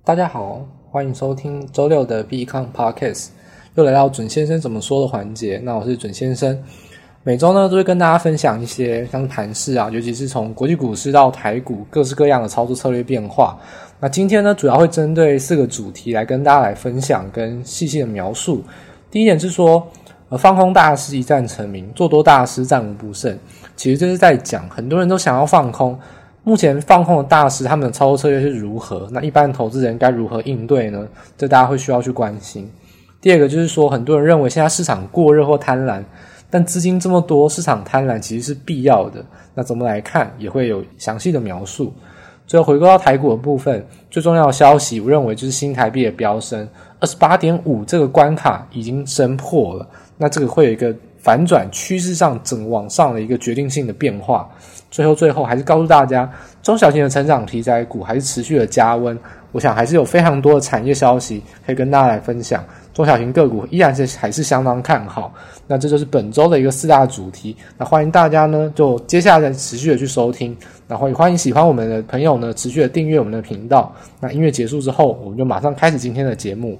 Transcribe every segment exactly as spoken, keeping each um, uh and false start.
大家好，欢迎收听周六的 Becon Podcast， 又来到准先生怎么说的环节。那我是准先生，每周呢都会跟大家分享一些像是盘势啊，尤其是从国际股市到台股各式各样的操作策略变化。那今天呢主要会针对四个主题来跟大家来分享跟细细的描述。第一点是说呃，放空大师一战成名，做多大师战无不胜。其实这是在讲很多人都想要放空，目前放空的大师他们的操作策略是如何，那一般投资人该如何应对呢？这大家会需要去关心。第二个就是说很多人认为现在市场过热或贪婪，但资金这么多，市场贪婪其实是必要的，那怎么来看也会有详细的描述。最后回归到台股的部分，最重要的消息我认为就是新台币的飙升 二十八点五 这个关卡已经升破了，那这个会有一个反转趋势上整往上的一个决定性的变化。最后最后还是告诉大家，中小型的成长题材股还是持续的加温，我想还是有非常多的产业消息可以跟大家来分享，中小型个股依然是还是相当看好。那这就是本周的一个四大主题，那欢迎大家呢就接下来持续的去收听，然后也欢迎喜欢我们的朋友呢持续的订阅我们的频道。那音乐结束之后，我们就马上开始今天的节目。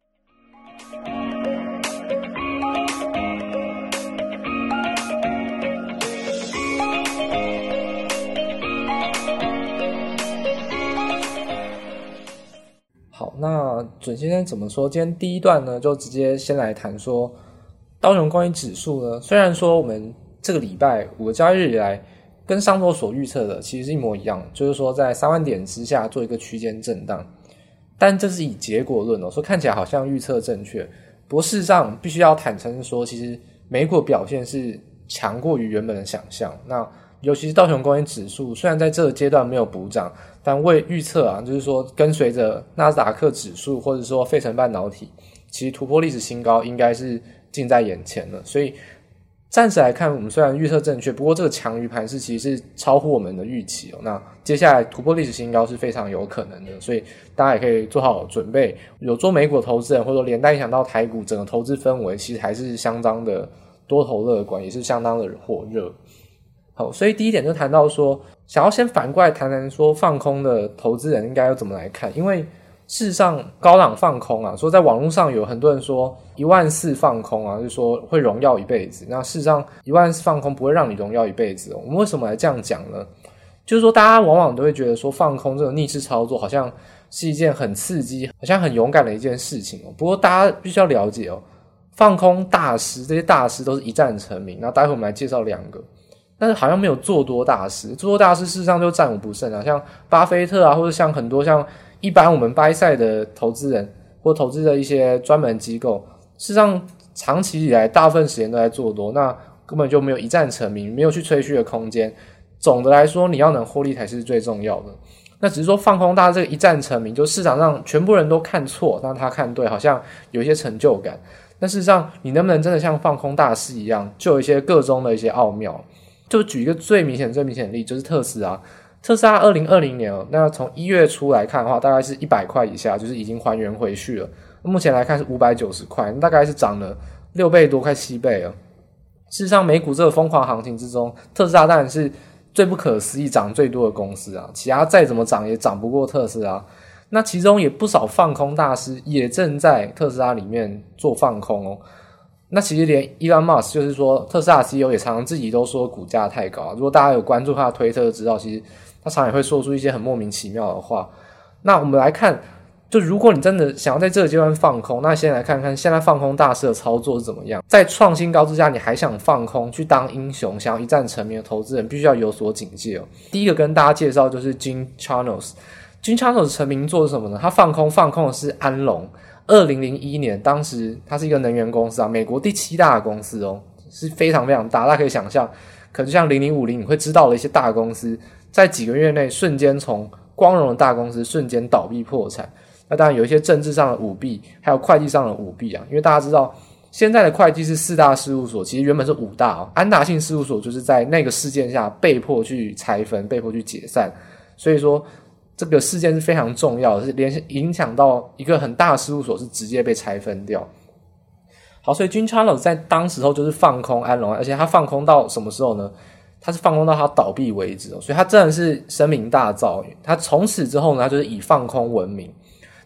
好，那准先生怎么说？今天第一段呢，就直接先来谈说道琼工业指数呢，虽然说我们这个礼拜五个交易日以来跟上周所预测的其实是一模一样，就是说在三万点之下做一个区间震荡，但这是以结果论哦，说看起来好像预测正确，不过事实上必须要坦诚说，其实美股的表现是强过于原本的想象。那尤其是道琼工业指数，虽然在这个阶段没有补涨，但为预测啊，就是说跟随着纳斯达克指数或者说费城半导体，其实突破历史新高应该是近在眼前了。所以暂时来看，我们虽然预测正确，不过这个强于盘势其实是超乎我们的预期哦。那接下来突破历史新高是非常有可能的，所以大家也可以做好准备。有做美股的投资人，或者说连带影响到台股整个投资氛围，其实还是相当的多头乐观，也是相当的火热。好，所以第一点就谈到说，想要先反过来谈谈说放空的投资人应该要怎么来看，因为事实上高档放空啊，说在网络上有很多人说一万四放空啊，就是说会荣耀一辈子。那事实上一万四放空不会让你荣耀一辈子哦。我们为什么来这样讲呢？就是说大家往往都会觉得说放空这个逆势操作好像是一件很刺激好像很勇敢的一件事情哦。不过大家必须要了解哦，放空大师这些大师都是一战成名，那待会我们来介绍两个，但是好像没有做多大师，做多大师事实上就战无不胜啊，像巴菲特啊，或者像很多像一般我们 buy side 的投资人或投资的一些专门机构，事实上长期以来大部分时间都在做多，那根本就没有一战成名，没有去吹嘘的空间。总的来说，你要能获利才是最重要的。那只是说放空大这个一战成名，就市场上全部人都看错，但他看对，好像有一些成就感。但事实上，你能不能真的像放空大师一样，就有一些个中的一些奥妙？就举一个最明显最明显的例子，就是特斯拉。特斯拉二零二零年哦，那从一月初来看的话，大概是一百块以下，就是已经还原回去了。目前来看是五百九十块，大概是涨了六倍多，快七倍了。事实上，美股这个疯狂行情之中，特斯拉当然是最不可思议涨最多的公司啊，其他再怎么涨也涨不过特斯拉。那其中也不少放空大师也正在特斯拉里面做放空哦。那其实连 Elon Musk 就是说特斯拉 C E O 也常常自己都说股价太高，如果大家有关注他的推特就知道，其实他常常也会说出一些很莫名其妙的话。那我们来看，就如果你真的想要在这个阶段放空，那先来看看现在放空大师的操作是怎么样。在创新高之下，你还想放空去当英雄，想要一战成名的投资人必须要有所警戒哦。第一个跟大家介绍就是 Jim Chanos。Jim Chanos 成名作是什么呢？他放空放空的是安龙。二零零一年，当时它是一个能源公司啊，美国第七大的公司哦，是非常非常大。大家可以想象，可能像零零五零，你会知道的一些大公司，在几个月内瞬间从光荣的大公司瞬间倒闭破产。那当然有一些政治上的舞弊，还有会计上的舞弊啊。因为大家知道，现在的会计是四大事务所，其实原本是五大哦。安达信事务所就是在那个事件下被迫去拆分，被迫去解散，所以说这个事件是非常重要的，是连影响到一个很大的事务所是直接被拆分掉。好，所以 Jim Chanos 在当时候就是放空安龙，而且他放空到什么时候呢？他是放空到他倒闭为止，所以他真的是声名大噪。他从此之后呢，他就是以放空闻名。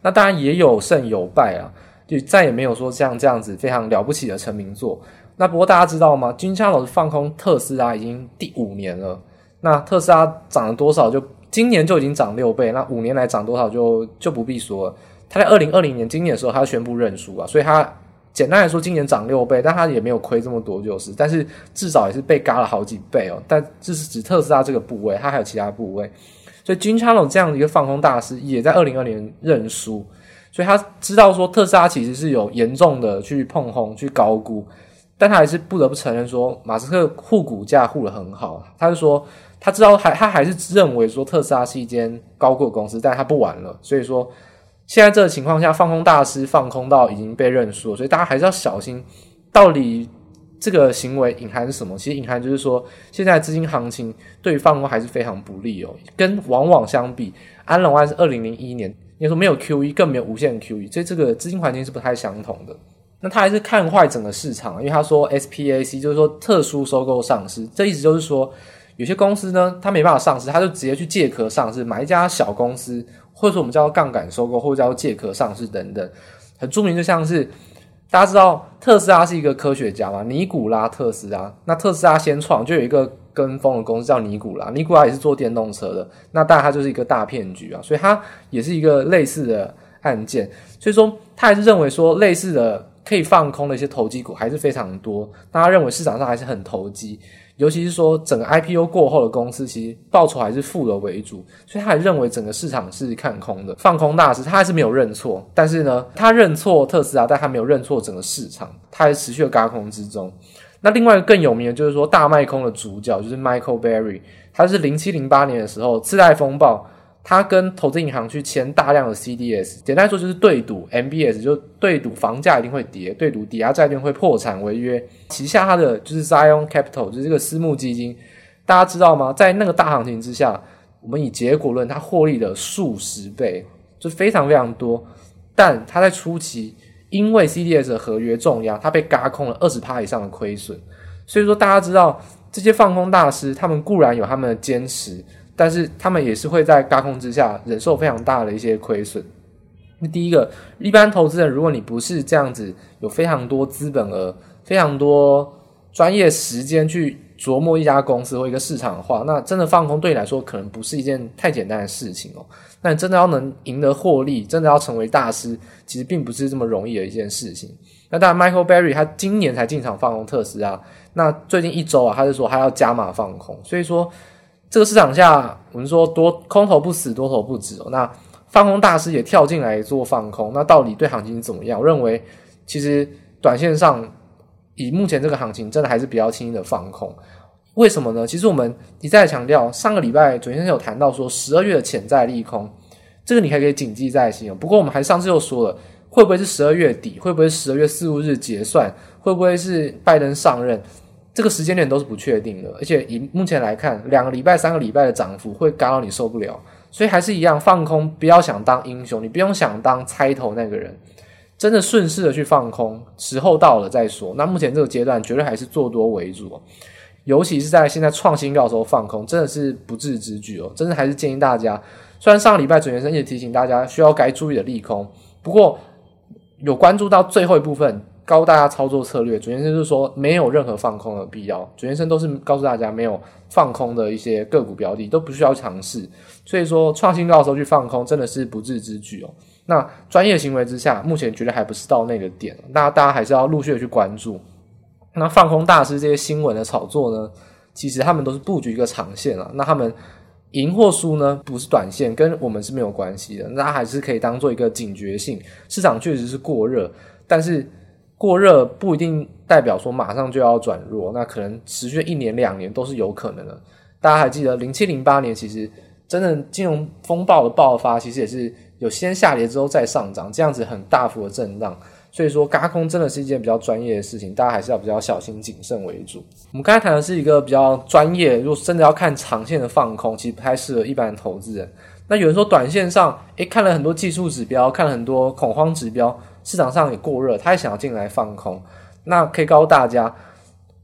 那当然也有胜有败啊，就再也没有说像这样子非常了不起的成名作。那不过大家知道吗？ Jim Chalhoub 放空特斯拉已经第五年了，那特斯拉涨了多少，就今年就已经涨六倍，那五年来涨多少就就不必说了。他在二零二零年今年的时候他就宣布认输啊，所以他简单来说今年涨六倍，但他也没有亏这么多，就是但是至少也是被嘎了好几倍哦。但这是指特斯拉这个部位，他还有其他部位，所以 Jim Chalhoub 这样的一个放空大师也在二零二零年认输，所以他知道说特斯拉其实是有严重的去碰轰去高估，但他还是不得不承认说马斯克护股价护得很好。他就说他知道还他还是认为说特斯拉是一间高估的公司，但他不玩了，所以说现在这个情况下放空大师放空到已经被认输了，所以大家还是要小心到底这个行为隐含是什么。其实隐含就是说现在的资金行情对于放空还是非常不利哦，跟往往相比安龙安是二零零一年应该说没有 Q E 更没有无限 Q E， 所以这个资金环境是不太相同的。那他还是看坏整个市场，因为他说 S P A C 就是说特殊收购上市，这意思就是说有些公司呢他没办法上市，他就直接去借壳上市，买一家小公司，或者说我们叫做杠杆收购，或者叫做借壳上市等等。很著名就像是大家知道特斯拉是一个科学家嘛，尼古拉特斯拉，那特斯拉先创就有一个跟风的公司叫尼古拉，尼古拉也是做电动车的，那当然它就是一个大骗局啊，所以它也是一个类似的案件。所以说他还是认为说类似的可以放空的一些投机股还是非常多，大家认为市场上还是很投机，尤其是说整个 I P O 过后的公司其实报酬还是负的为主，所以他还认为整个市场是看空的。放空大师他还是没有认错，但是呢他认错特斯拉，但他没有认错整个市场，他还是持续的軋空之中。那另外一个更有名的就是说大卖空的主角就是 Michael Burry， 他是零七零八年的时候次贷风暴，他跟投资银行去签大量的 C D S， 简单来说就是对赌 M B S， 就对赌房价一定会跌，对赌抵押债券会破产违约。旗下他的就是 Zion Capital， 就是这个私募基金，大家知道吗？在那个大行情之下，我们以结果论，他获利了数十倍，就非常非常多。但他在初期因为 C D S 的合约重压，他被軋空了 百分之二十 以上的亏损。所以说大家知道这些放空大师他们固然有他们的坚持，但是他们也是会在軋空之下忍受非常大的一些亏损。那第一个，一般投资人如果你不是这样子有非常多资本额非常多专业时间去琢磨一家公司或一个市场的话，那真的放空对你来说可能不是一件太简单的事情哦。那你真的要能赢得获利，真的要成为大师，其实并不是这么容易的一件事情。那当然 Michael Burry 他今年才进场放空特斯拉，那最近一周啊他是说他要加码放空，所以说这个市场下我们说多空头不死多头不止哦，那放空大师也跳进来做放空，那到底对行情怎么样？我认为其实短线上以目前这个行情真的还是比较轻易的放空。为什么呢？其实我们一再强调，上个礼拜准先生有谈到说十二月的潜在利空，这个你还可以谨记在心哦。不过我们还上次又说了，会不会是十二月底，会不会是十二月四五日结算，会不会是拜登上任，这个时间点都是不确定的，而且以目前来看，两个礼拜三个礼拜的涨幅会嘎到你受不了，所以还是一样放空，不要想当英雄，你不用想当猜头那个人，真的顺势的去放空，时候到了再说。那目前这个阶段绝对还是做多为主，尤其是在现在创新高的时候放空，真的是不智之举哦。真的还是建议大家，虽然上个礼拜准先生也提醒大家需要该注意的利空，不过有关注到最后一部分告诉大家操作策略，准先生就是说没有任何放空的必要，准先生都是告诉大家没有放空的一些个股标的都不需要尝试，所以说创新高的时候去放空真的是不智之举哦。那专业行为之下，目前绝对还不是到那个点，那大家还是要陆续的去关注。那放空大师这些新闻的炒作呢，其实他们都是布局一个长线啊，那他们赢或输呢不是短线，跟我们是没有关系的，那还是可以当做一个警觉性，市场确实是过热，但是过热不一定代表说马上就要转弱，那可能持续一年两年都是有可能的。大家还记得零七零八年其实真的金融风暴的爆发，其实也是有先下跌之后再上涨，这样子很大幅的震荡，所以说軋空真的是一件比较专业的事情，大家还是要比较小心谨慎为主。我们刚才谈的是一个比较专业，如果真的要看长线的放空，其实不太适合一般的投资人。那有人说短线上诶看了很多技术指标，看了很多恐慌指标，市场上也过热，他也想要进来放空，那可以告诉大家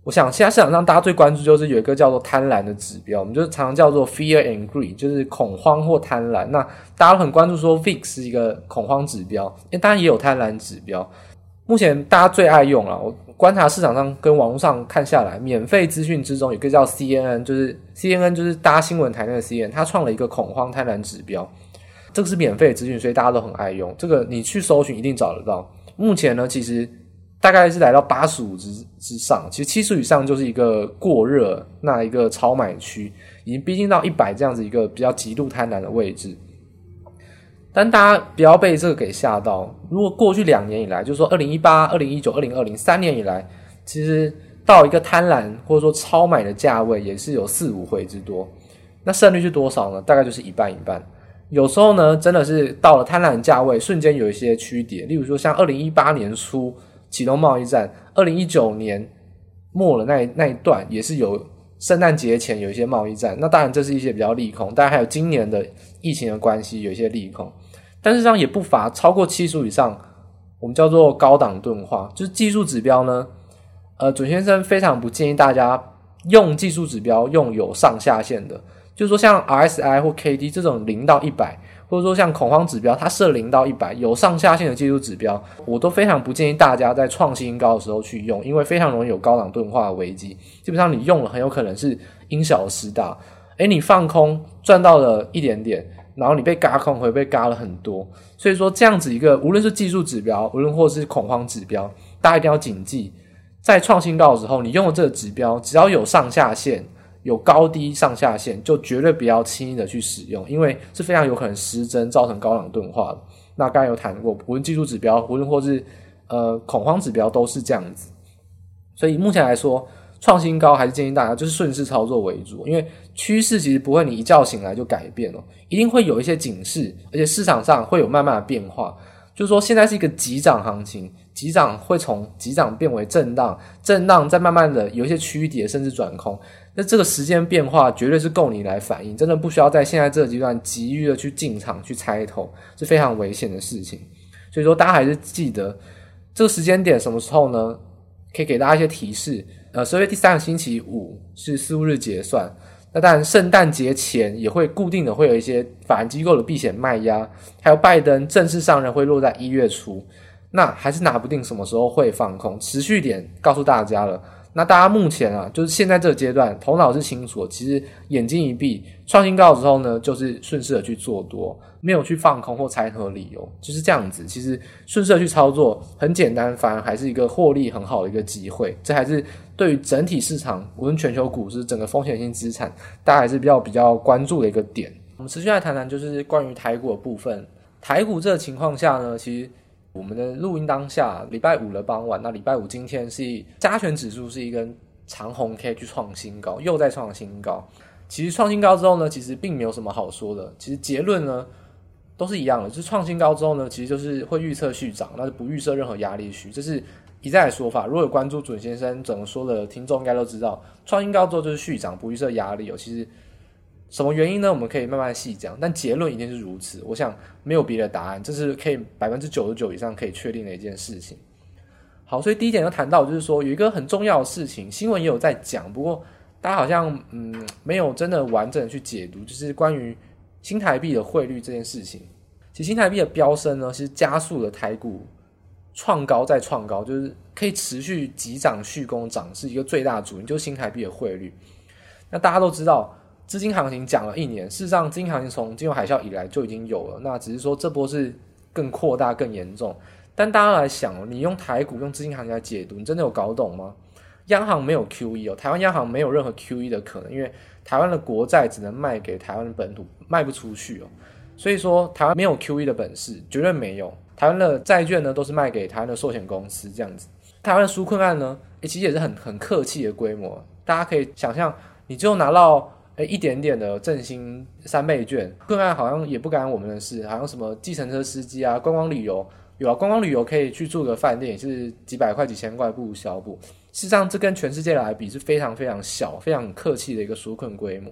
我想现在市场上大家最关注就是有一个叫做贪婪的指标，我们就常常叫做 fear and greed， 就是恐慌或贪婪。那大家都很关注说 V I X 是一个恐慌指标，因为当然也有贪婪指标。目前大家最爱用了，我观察市场上跟网络上看下来，免费资讯之中有一个叫 C N N， 就是 C N N 就是大家新闻台那个 C N N， 它创了一个恐慌贪婪指标，这个是免费的资讯，所以大家都很爱用，这个你去搜寻一定找得到。目前呢，其实大概是来到八十五之之上，其实七十以上就是一个过热，那一个超买区，已经逼近到一百这样子一个比较极度贪婪的位置。但大家不要被这个给吓到，如果过去两年以来，就是说二零一八、二零一九、二零二零三年以来，其实到一个贪婪或者说超买的价位也是有四五回之多。那胜率是多少呢？大概就是一半一半。有时候呢，真的是到了贪婪价位，瞬间有一些区跌，例如说像二零一八年初启动贸易战，二零一九年末了那那一段也是有圣诞节前有一些贸易战，那当然这是一些比较利空，当然还有今年的疫情的关系有一些利空，但是这样也不乏超过七十以上，我们叫做高档钝化，就是技术指标呢，呃，准先生非常不建议大家用技术指标用有上下限的，就是说像 R S I 或 K D 这种零到一百，或者说像恐慌指标它设零到一百有上下限的技术指标，我都非常不建议大家在创新高的时候去用，因为非常容易有高档钝化的危机，基本上你用了很有可能是因小失大，诶你放空赚到了一点点，然后你被軋空会被軋了很多，所以说这样子一个无论是技术指标无论或是恐慌指标，大家一定要谨记，在创新高的时候你用的这个指标只要有上下限有高低上下限，就绝对不要轻易的去使用，因为是非常有可能失真造成高档钝化的。那刚才有谈过，无论技术指标无论或是呃恐慌指标都是这样子，所以目前来说创新高还是建议大家就是顺势操作为主，因为趋势其实不会你一觉醒来就改变哦，一定会有一些警示，而且市场上会有慢慢的变化，就是说现在是一个急涨行情，急涨会从急涨变为震荡，震荡再慢慢的有一些区跌甚至转空，那这个时间变化绝对是够你来反应，真的不需要在现在这个阶段急于的去进场去猜头，是非常危险的事情。所以说大家还是记得这个时间点什么时候呢？可以给大家一些提示，呃，十二月第三个星期五是四五日结算，那当然圣诞节前也会固定的会有一些法人机构的避险卖压，还有拜登正式上任会落在一月初，那还是拿不定什么时候会放空，持续点告诉大家了。那大家目前啊，就是现在这个阶段头脑是清楚的，其实眼睛一闭创新高之后呢，就是顺势的去做多，没有去放空或猜头理由，就是这样子。其实顺势的去操作很简单，反而还是一个获利很好的一个机会，这还是对于整体市场无论全球股市整个风险性资产大家还是比较比较关注的一个点。我们持续来谈谈就是关于台股的部分。台股这个情况下呢，其实我们的录音当下礼拜五的傍晚，那礼拜五今天是加权指数是一根长红 K 去创新高，又再创新高。其实创新高之后呢，其实并没有什么好说的，其实结论呢都是一样的，就是创新高之后呢，其实就是会预测续涨，那就不预设任何压力区，这是一再的说法。如果有关注准先生怎么说的听众应该都知道，创新高之后就是续涨，不预设压力哦。其实什么原因呢？我们可以慢慢细讲，但结论一定是如此。我想没有别的答案，这是可以 百分之九十九 以上可以确定的一件事情。好，所以第一点就谈到就是说有一个很重要的事情，新闻也有在讲，不过大家好像嗯没有真的完整的去解读，就是关于新台币的汇率这件事情。其实新台币的飙升呢，是加速了台股创高再创高，就是可以持续急涨续攻涨，是一个最大的主因，就是新台币的汇率。那大家都知道资金行情讲了一年，事实上资金行情从金融海啸以来就已经有了，那只是说这波是更扩大更严重。但大家来想，你用台股用资金行情来解读，你真的有搞懂吗？央行没有 Q E 哦，台湾央行没有任何 Q E 的可能，因为台湾的国债只能卖给台湾的本土，卖不出去哦。所以说台湾没有 Q E 的本事，绝对没有。台湾的债券呢都是卖给台湾的寿险公司这样子。台湾的纾困案呢，欸、其实也是很很客气的规模，大家可以想象，你只有拿到欸、一点点的振兴三倍券，困案好像也不干我们的事，好像什么计程车司机啊、观光旅游，有啊，观光旅游可以去住个饭店，也是几百块、几千块不无小补。事实上，这跟全世界来比是非常非常小、非常客气的一个纾困规模。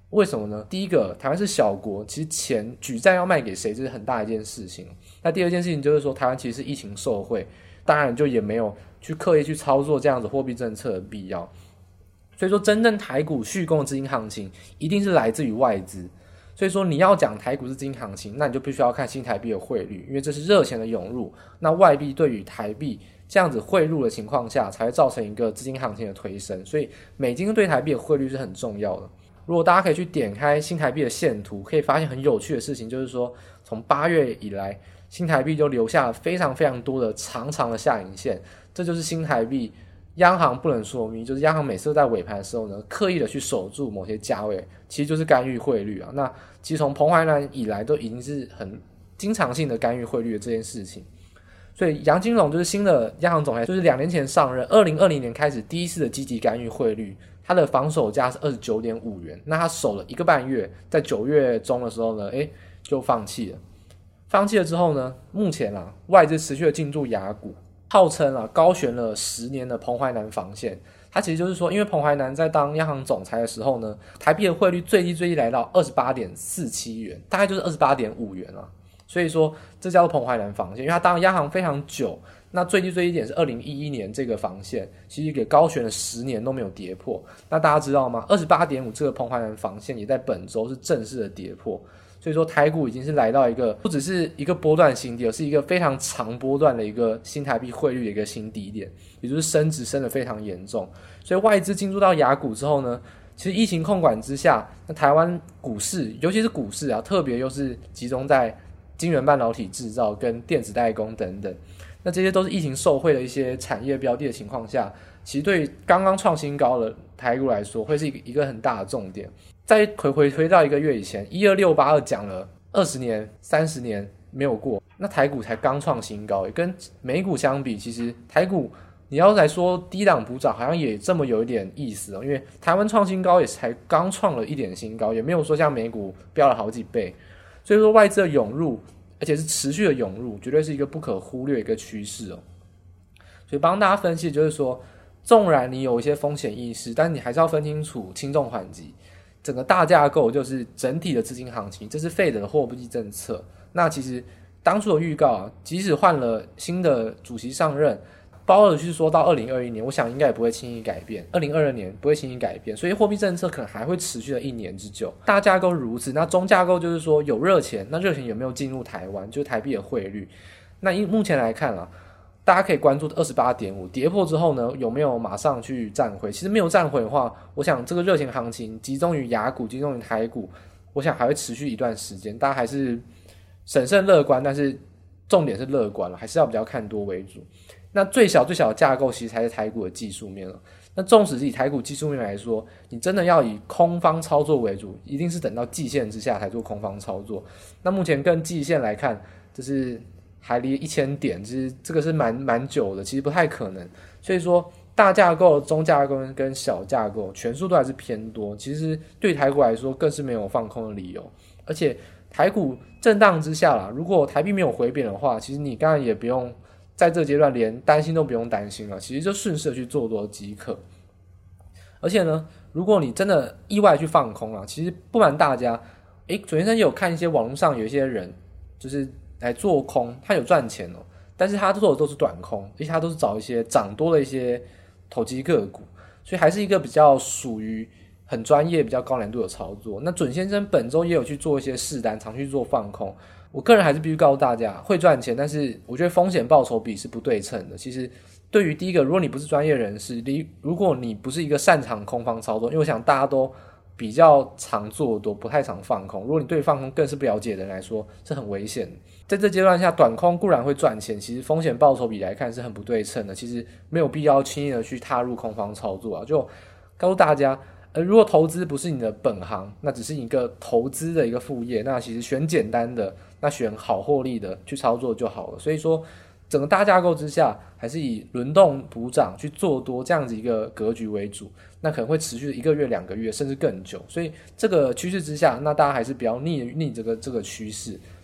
为什么呢？第一个，台湾是小国，其实钱举债要卖给谁，这是很大一件事情。那第二件事情就是说，台湾其实是疫情受惠，当然就也没有去刻意去操作这样子货币政策的必要。所以说，真正台股续攻的资金行情，一定是来自于外资。所以说，你要讲台股是资金行情，那你就必须要看新台币的汇率，因为这是热钱的涌入。那外币对于台币这样子汇入的情况下，才会造成一个资金行情的推升。所以，美金对台币的汇率是很重要的。如果大家可以去点开新台币的线图，可以发现很有趣的事情，就是说从八月以来，新台币就留下了非常非常多的长长的下影线，这就是新台币央行不能说明，就是央行每次在尾盘的时候呢，刻意的去守住某些价位，其实就是干预汇率啊。那其实从彭淮南以来都已经是很经常性的干预汇率的这件事情。所以杨金龙就是新的央行总裁，就是两年前上任，二零二零年开始第一次的积极干预汇率，他的防守价是 二十九点五元，那他守了一个半月，在九月中的时候呢，诶就放弃了。放弃了之后呢，目前啊，外资持续的进驻亚股，号称啊高悬了十年的彭淮南防线。他其实就是说，因为彭淮南在当央行总裁的时候呢，台币的汇率最低最低来到 二十八点四七元，大概就是 二十八点五元啊。所以说这叫做彭淮南防线，因为他当央行非常久，那最低最低点是二零一一年这个防线，其实给高悬了十年都没有跌破。那大家知道吗？ 二十八点五 这个彭淮南防线也在本周是正式的跌破。所以说台股已经是来到一个不只是一个波段新低，而是一个非常长波段的一个新台币汇率的一个新低点，也就是升值升得非常严重。所以外资进入到亚股之后呢，其实疫情控管之下，那台湾股市尤其是股市啊，特别又是集中在晶圆半导体制造跟电子代工等等，那这些都是疫情受惠的一些产业标的的情况下，其实对刚刚创新高的台股来说会是一个一个很大的重点。再回回推到一个月以前，一二六八二讲了二十年三十年没有过，那台股才刚创新高，也跟美股相比，其实台股你要来说低档补涨好像也这么有一点意思哦，因为台湾创新高也才刚创了一点新高，也没有说像美股飙了好几倍。所以说外资的涌入，而且是持续的涌入，绝对是一个不可忽略的一个趋势哦。所以帮大家分析就是说，纵然你有一些风险意识，但你还是要分清楚轻重缓急。整个大架构就是整体的资金行情，这是 Fed 的货币政策。那其实当初的预告啊，即使换了新的主席上任，鲍尔去说到二零二一年，我想应该也不会轻易改变，二零二二年不会轻易改变，所以货币政策可能还会持续了一年之久。大架构如此，那中架构就是说有热钱，那热钱有没有进入台湾，就是台币的汇率。那以目前来看啊，大家可以关注 二十八点五 跌破之后呢，有没有马上去站回？其实没有站回的话，我想这个热钱行情集中于亚股，集中于台股，我想还会持续一段时间。大家还是审慎乐观，但是重点是乐观了，还是要比较看多为主。那最小最小的架构其实才是台股的技术面了。那纵使是以台股技术面来说，你真的要以空方操作为主，一定是等到季线之下才做空方操作。那目前跟季线来看，就是还离一千点，其实这个是蛮蛮久的，其实不太可能。所以说大架构、中架构跟小架构权数都还是偏多，其实对台股来说更是没有放空的理由。而且台股震荡之下啦，如果台币没有回贬的话，其实你刚才也不用在这个阶段连担心都不用担心了，其实就顺势的去做多即可。而且呢，如果你真的意外去放空啊，其实不瞒大家，诶，左先生也有看一些网络上有一些人就是来做空，他有赚钱哦，但是他做的都是短空，而且他都是找一些涨多的一些投机个股，所以还是一个比较属于很专业、比较高难度的操作。那准先生本周也有去做一些试单，常去做放空。我个人还是必须告诉大家，会赚钱，但是我觉得风险报酬比是不对称的。其实对于第一个，如果你不是专业人士，如果你不是一个擅长空方操作，因为我想大家都比较常做多，不太常放空，如果你对放空更是不了解的人来说，是很危险的。在这阶段下，短空固然会赚钱，其实风险报酬比来看是很不对称的，其实没有必要轻易的去踏入空方操作啊。就告诉大家，呃，如果投资不是你的本行，那只是一个投资的一个副业，那其实选简单的，那选好获利的去操作就好了。所以说整个大架构之下，还是以轮动补涨去做多这样子一个格局为主，那可能会持续一个月、两个月，甚至更久。所以这个趋势之下，那大家还是不要逆逆这个这个趋势。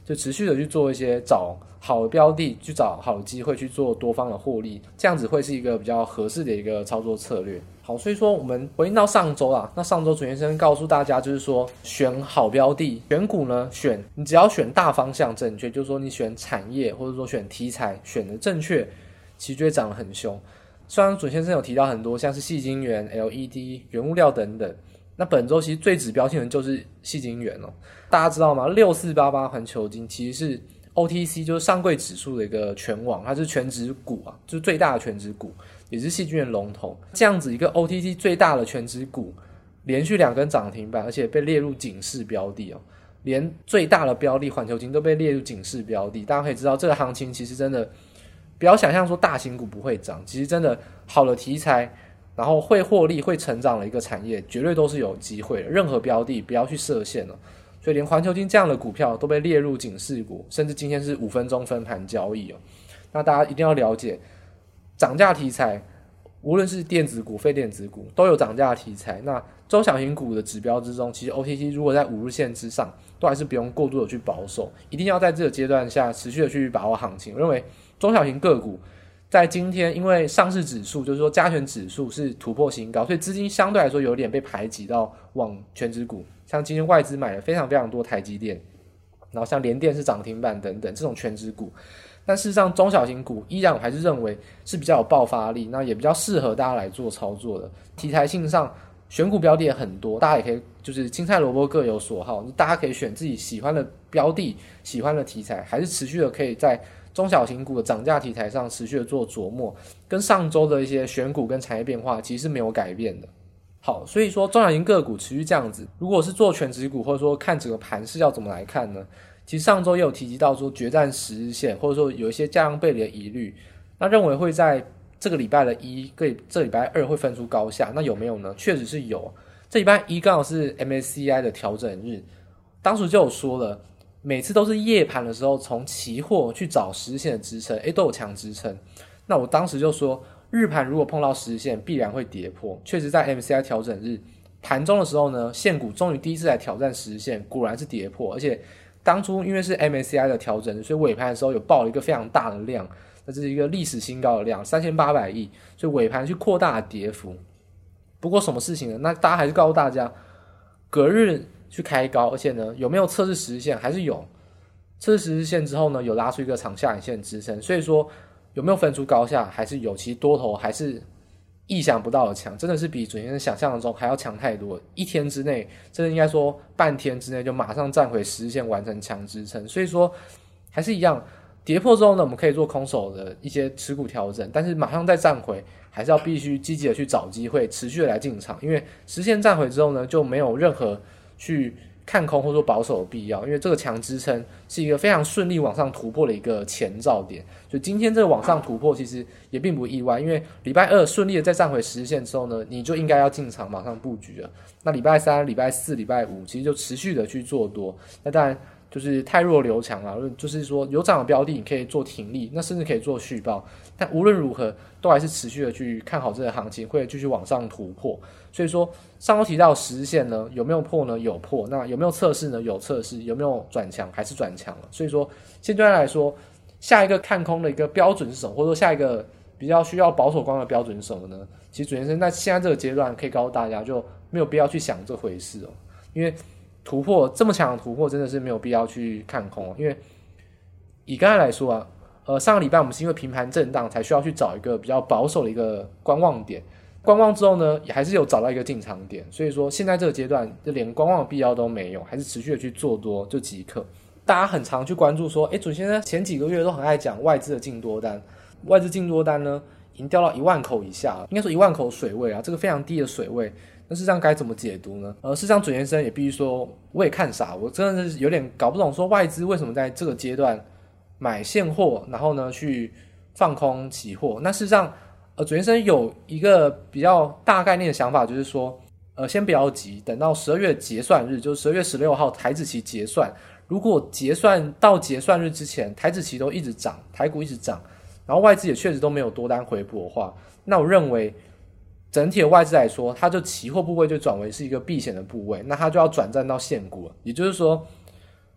就持续的去做一些找好的标的，去找好的机会去做多方的获利，这样子会是一个比较合适的一个操作策略。好，所以说我们回应到上周啊，那上周准先生告诉大家，就是说选好标的，选股呢，选你只要选大方向正确，就是说你选产业或者说选题材选的正确，其实就会涨得很凶。虽然准先生有提到很多像是矽晶圆、L E D、原物料等等，那本周其实最指标性的就是矽晶圆哦。大家知道吗？六四八八环球晶其实是 O T C， 就是上柜指数的一个全网，它是全指股啊，就是最大的全指股，也是矽晶圆龙头。这样子一个 O T C 最大的全指股，连续两根涨停板，而且被列入警示标的哦。连最大的标的环球晶都被列入警示标的，大家可以知道这个行情其实真的不要想象说大型股不会涨，其实真的好的题材，然后会获利会成长的一个产业，绝对都是有机会的。任何标的不要去设限了。所以连环球晶这样的股票都被列入警示股，甚至今天是五分钟分盘交易哦。那大家一定要了解，涨价题材，无论是电子股、非电子股，都有涨价题材。那中小型股的指标之中，其实 O T C 如果在五日线之上，都还是不用过度的去保守，一定要在这个阶段下持续的去把握行情。我认为中小型个股在今天，因为上市指数就是说加权指数是突破新高，所以资金相对来说有点被排挤到往全指股。像今天外资买了非常非常多台积电，然后像联电是涨停板等等这种全指股，但事实上中小型股依然我还是认为是比较有爆发力，那也比较适合大家来做操作的。题材性上选股标的也很多，大家也可以就是青菜萝卜各有所好，大家可以选自己喜欢的标的、喜欢的题材，还是持续的可以在中小型股的涨价题材上持续的做琢磨，跟上周的一些选股跟产业变化其实是没有改变的。好，所以说中小型个股持续这样子，如果是做全指股或者说看整个盘势要怎么来看呢？其实上周也有提及到说决战十日线，或者说有一些价量背离的疑虑，那认为会在这个礼拜的一跟这个礼拜二会分出高下，那有没有呢？确实是有。这礼拜一刚好是 M A C I 的调整日，当时就有说了，每次都是夜盘的时候从期货去找十日线的支撑，诶都有强支撑。那我当时就说，日盘如果碰到十日线必然会跌破，确实在 M A C I 调整日盘中的时候呢，现股终于第一次来挑战十日线，果然是跌破，而且当初因为是 M A C I 的调整，所以尾盘的时候有爆了一个非常大的量，那这是一个历史新高的量，三千八百亿，所以尾盘去扩大的跌幅。不过什么事情呢？那大家还是告诉大家，隔日去开高，而且呢有没有测试十日线？还是有，测试十日线之后呢，有拉出一个长下影线支撑，所以说有没有分出高下？还是有，其实多头还是意想不到的强，真的是比准先生想象中还要强太多。一天之内，真的应该说半天之内就马上站回十日线，完成强支撑。所以说还是一样，跌破之后呢，我们可以做空手的一些持股调整，但是马上再站回，还是要必须积极的去找机会，持续的来进场。因为实现站回之后呢，就没有任何去看空或者说保守的必要，因为这个强支撑是一个非常顺利往上突破的一个前兆点，所以今天这个往上突破其实也并不意外，因为礼拜二顺利的再站回十日线之后呢，你就应该要进场马上布局了。那礼拜三、礼拜四、礼拜五其实就持续的去做多，那当然就是太弱留强了，就是说有涨的标的你可以做停利，那甚至可以做续报，但无论如何都还是持续的去看好这个行情会继续往上突破。所以说上周提到十日线呢，有没有破呢？有破。那有没有测试呢？有测试。有没有转强？还是转强了。所以说现在来说，下一个看空的一个标准是什么？或者说下一个比较需要保守观的标准是什么呢？其实准先生在现在这个阶段可以告诉大家，就没有必要去想这回事哦，因为突破这么强的突破真的是没有必要去看空哦。因为以刚才来说啊，呃，上个礼拜我们是因为平盘震荡才需要去找一个比较保守的一个观望点，观望之后呢，也还是有找到一个进场点，所以说现在这个阶段就连观望的必要都没有，还是持续的去做多就即可。大家很常去关注说，诶，准先生前几个月都很爱讲外资的净多单，外资净多单呢已经掉到一万口以下了，应该说一万口水位啊，这个非常低的水位。那事实上该怎么解读呢？呃，事实上准先生也必须说，我也看傻，我真的是有点搞不懂，说外资为什么在这个阶段买现货，然后呢去放空期货。那事实上，呃，准先生有一个比较大概念的想法，就是说，呃，先不要急，等到十二月结算日，就是十二月十六号台指期结算，如果结算到结算日之前，台指期都一直涨，台股一直涨，然后外资也确实都没有多单回补的话，那我认为整体的外资来说，它就期货部位就转为是一个避险的部位，那它就要转战到现股了。也就是说，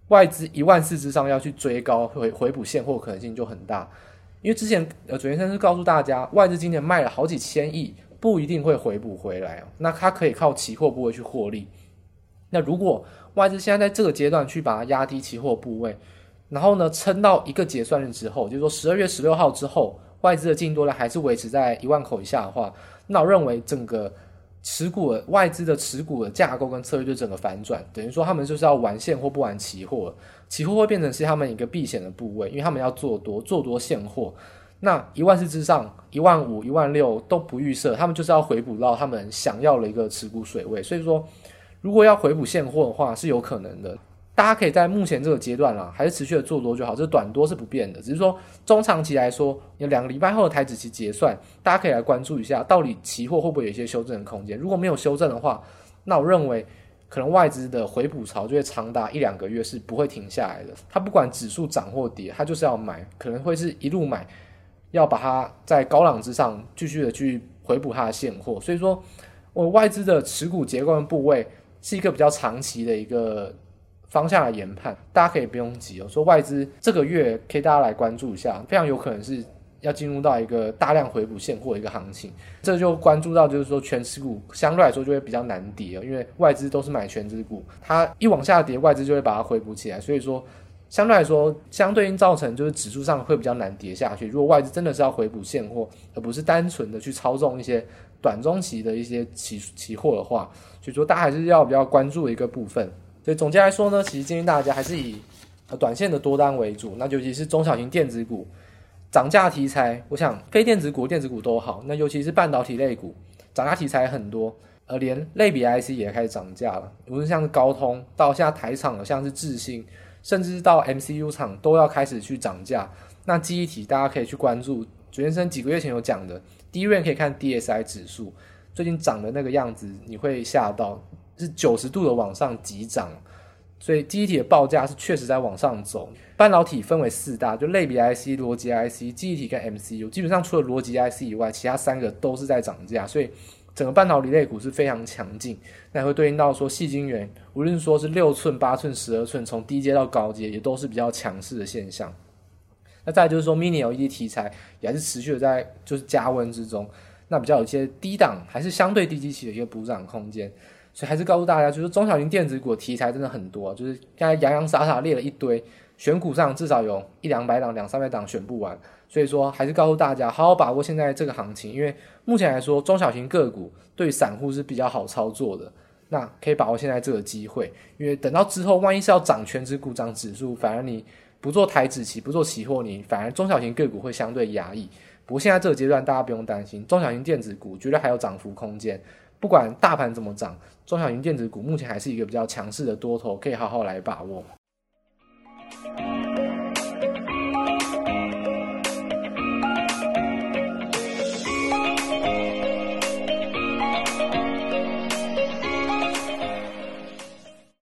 外资一万四之上要去追高回回补现货可能性就很大。因为之前呃准先生是告诉大家，外资今年卖了好几千亿，不一定会回补回来哦。那它可以靠期货部位去获利。那如果外资现在在这个阶段去把它压低期货部位，然后呢撑到一个结算日之后，就是说十二月十六号之后，外资的净多量还是维持在一万口以下的话，那我认为整个持股的外资的持股的架构跟策略就整个反转，等于说他们就是要玩现货不玩期货，期货会变成是他们一个避险的部位，因为他们要做多做多现货。那一万四之上一万五一万六都不预设，他们就是要回补到他们想要的一个持股水位，所以说如果要回补现货的话是有可能的。大家可以在目前这个阶段啦，还是持续的做多就好，这短多是不变的，只是说中长期来说，有两个礼拜后的台指期结算，大家可以来关注一下，到底期货会不会有一些修正的空间。如果没有修正的话，那我认为可能外资的回补潮就会长达一两个月是不会停下来的。它不管指数涨或跌，它就是要买，可能会是一路买，要把它在高浪之上继续的去回补它的现货。所以说我外资的持股结构跟部位是一个比较长期的一个方向来研判，大家可以不用急哦。说外资这个月可以大家来关注一下，非常有可能是要进入到一个大量回补现货的一个行情。这就关注到就是说全指股相对来说就会比较难跌哦，因为外资都是买全指股，它一往下跌，外资就会把它回补起来，所以说相对来说相对应造成就是指数上会比较难跌下去。如果外资真的是要回补现货，而不是单纯的去操纵一些短中期的一些期期货的话，所以说大家还是要比较关注的一个部分。所以总结来说呢，其实建议大家还是以短线的多单为主，那尤其是中小型电子股涨价题材，我想非电子股电子股都好，那尤其是半导体类股涨价题材很多，而连类比 I C 也开始涨价了，无论像是高通到现在台厂的像是智新，甚至到 M C U 厂都要开始去涨价。那记忆体大家可以去关注，主先生几个月前有讲的，第一轮可以看 D S I 指数，最近涨的那个样子你会吓到，是九十度的往上急涨，所以记忆体的报价是确实在往上走。半导体分为四大，就类比 I C、逻辑 I C、记忆体跟 M C U， 基本上除了逻辑 I C 以外，其他三个都是在涨价，所以整个半导体类股是非常强劲。那会对应到说矽晶圆，无论说是六寸、八寸、十二寸，从低阶到高阶也都是比较强势的现象。那再来就是说 Mini L E D 题材也还是持续的在就是加温之中，那比较有一些低档还是相对低基期的一个补涨空间。所以还是告诉大家，就是中小型电子股的题材真的很多，就是刚才洋洋洒洒列了一堆，选股上至少有一两百档、两三百档选不完。所以说还是告诉大家，好好把握现在这个行情，因为目前来说中小型个股对于散户是比较好操作的，那可以把握现在这个机会，因为等到之后万一是要涨全指股、涨指数，反而你不做台指期、不做期货，你反而中小型个股会相对压抑。不过现在这个阶段大家不用担心，中小型电子股绝对还有涨幅空间，不管大盘怎么涨，中小型电子股目前还是一个比较强势的多头，可以好好来把握。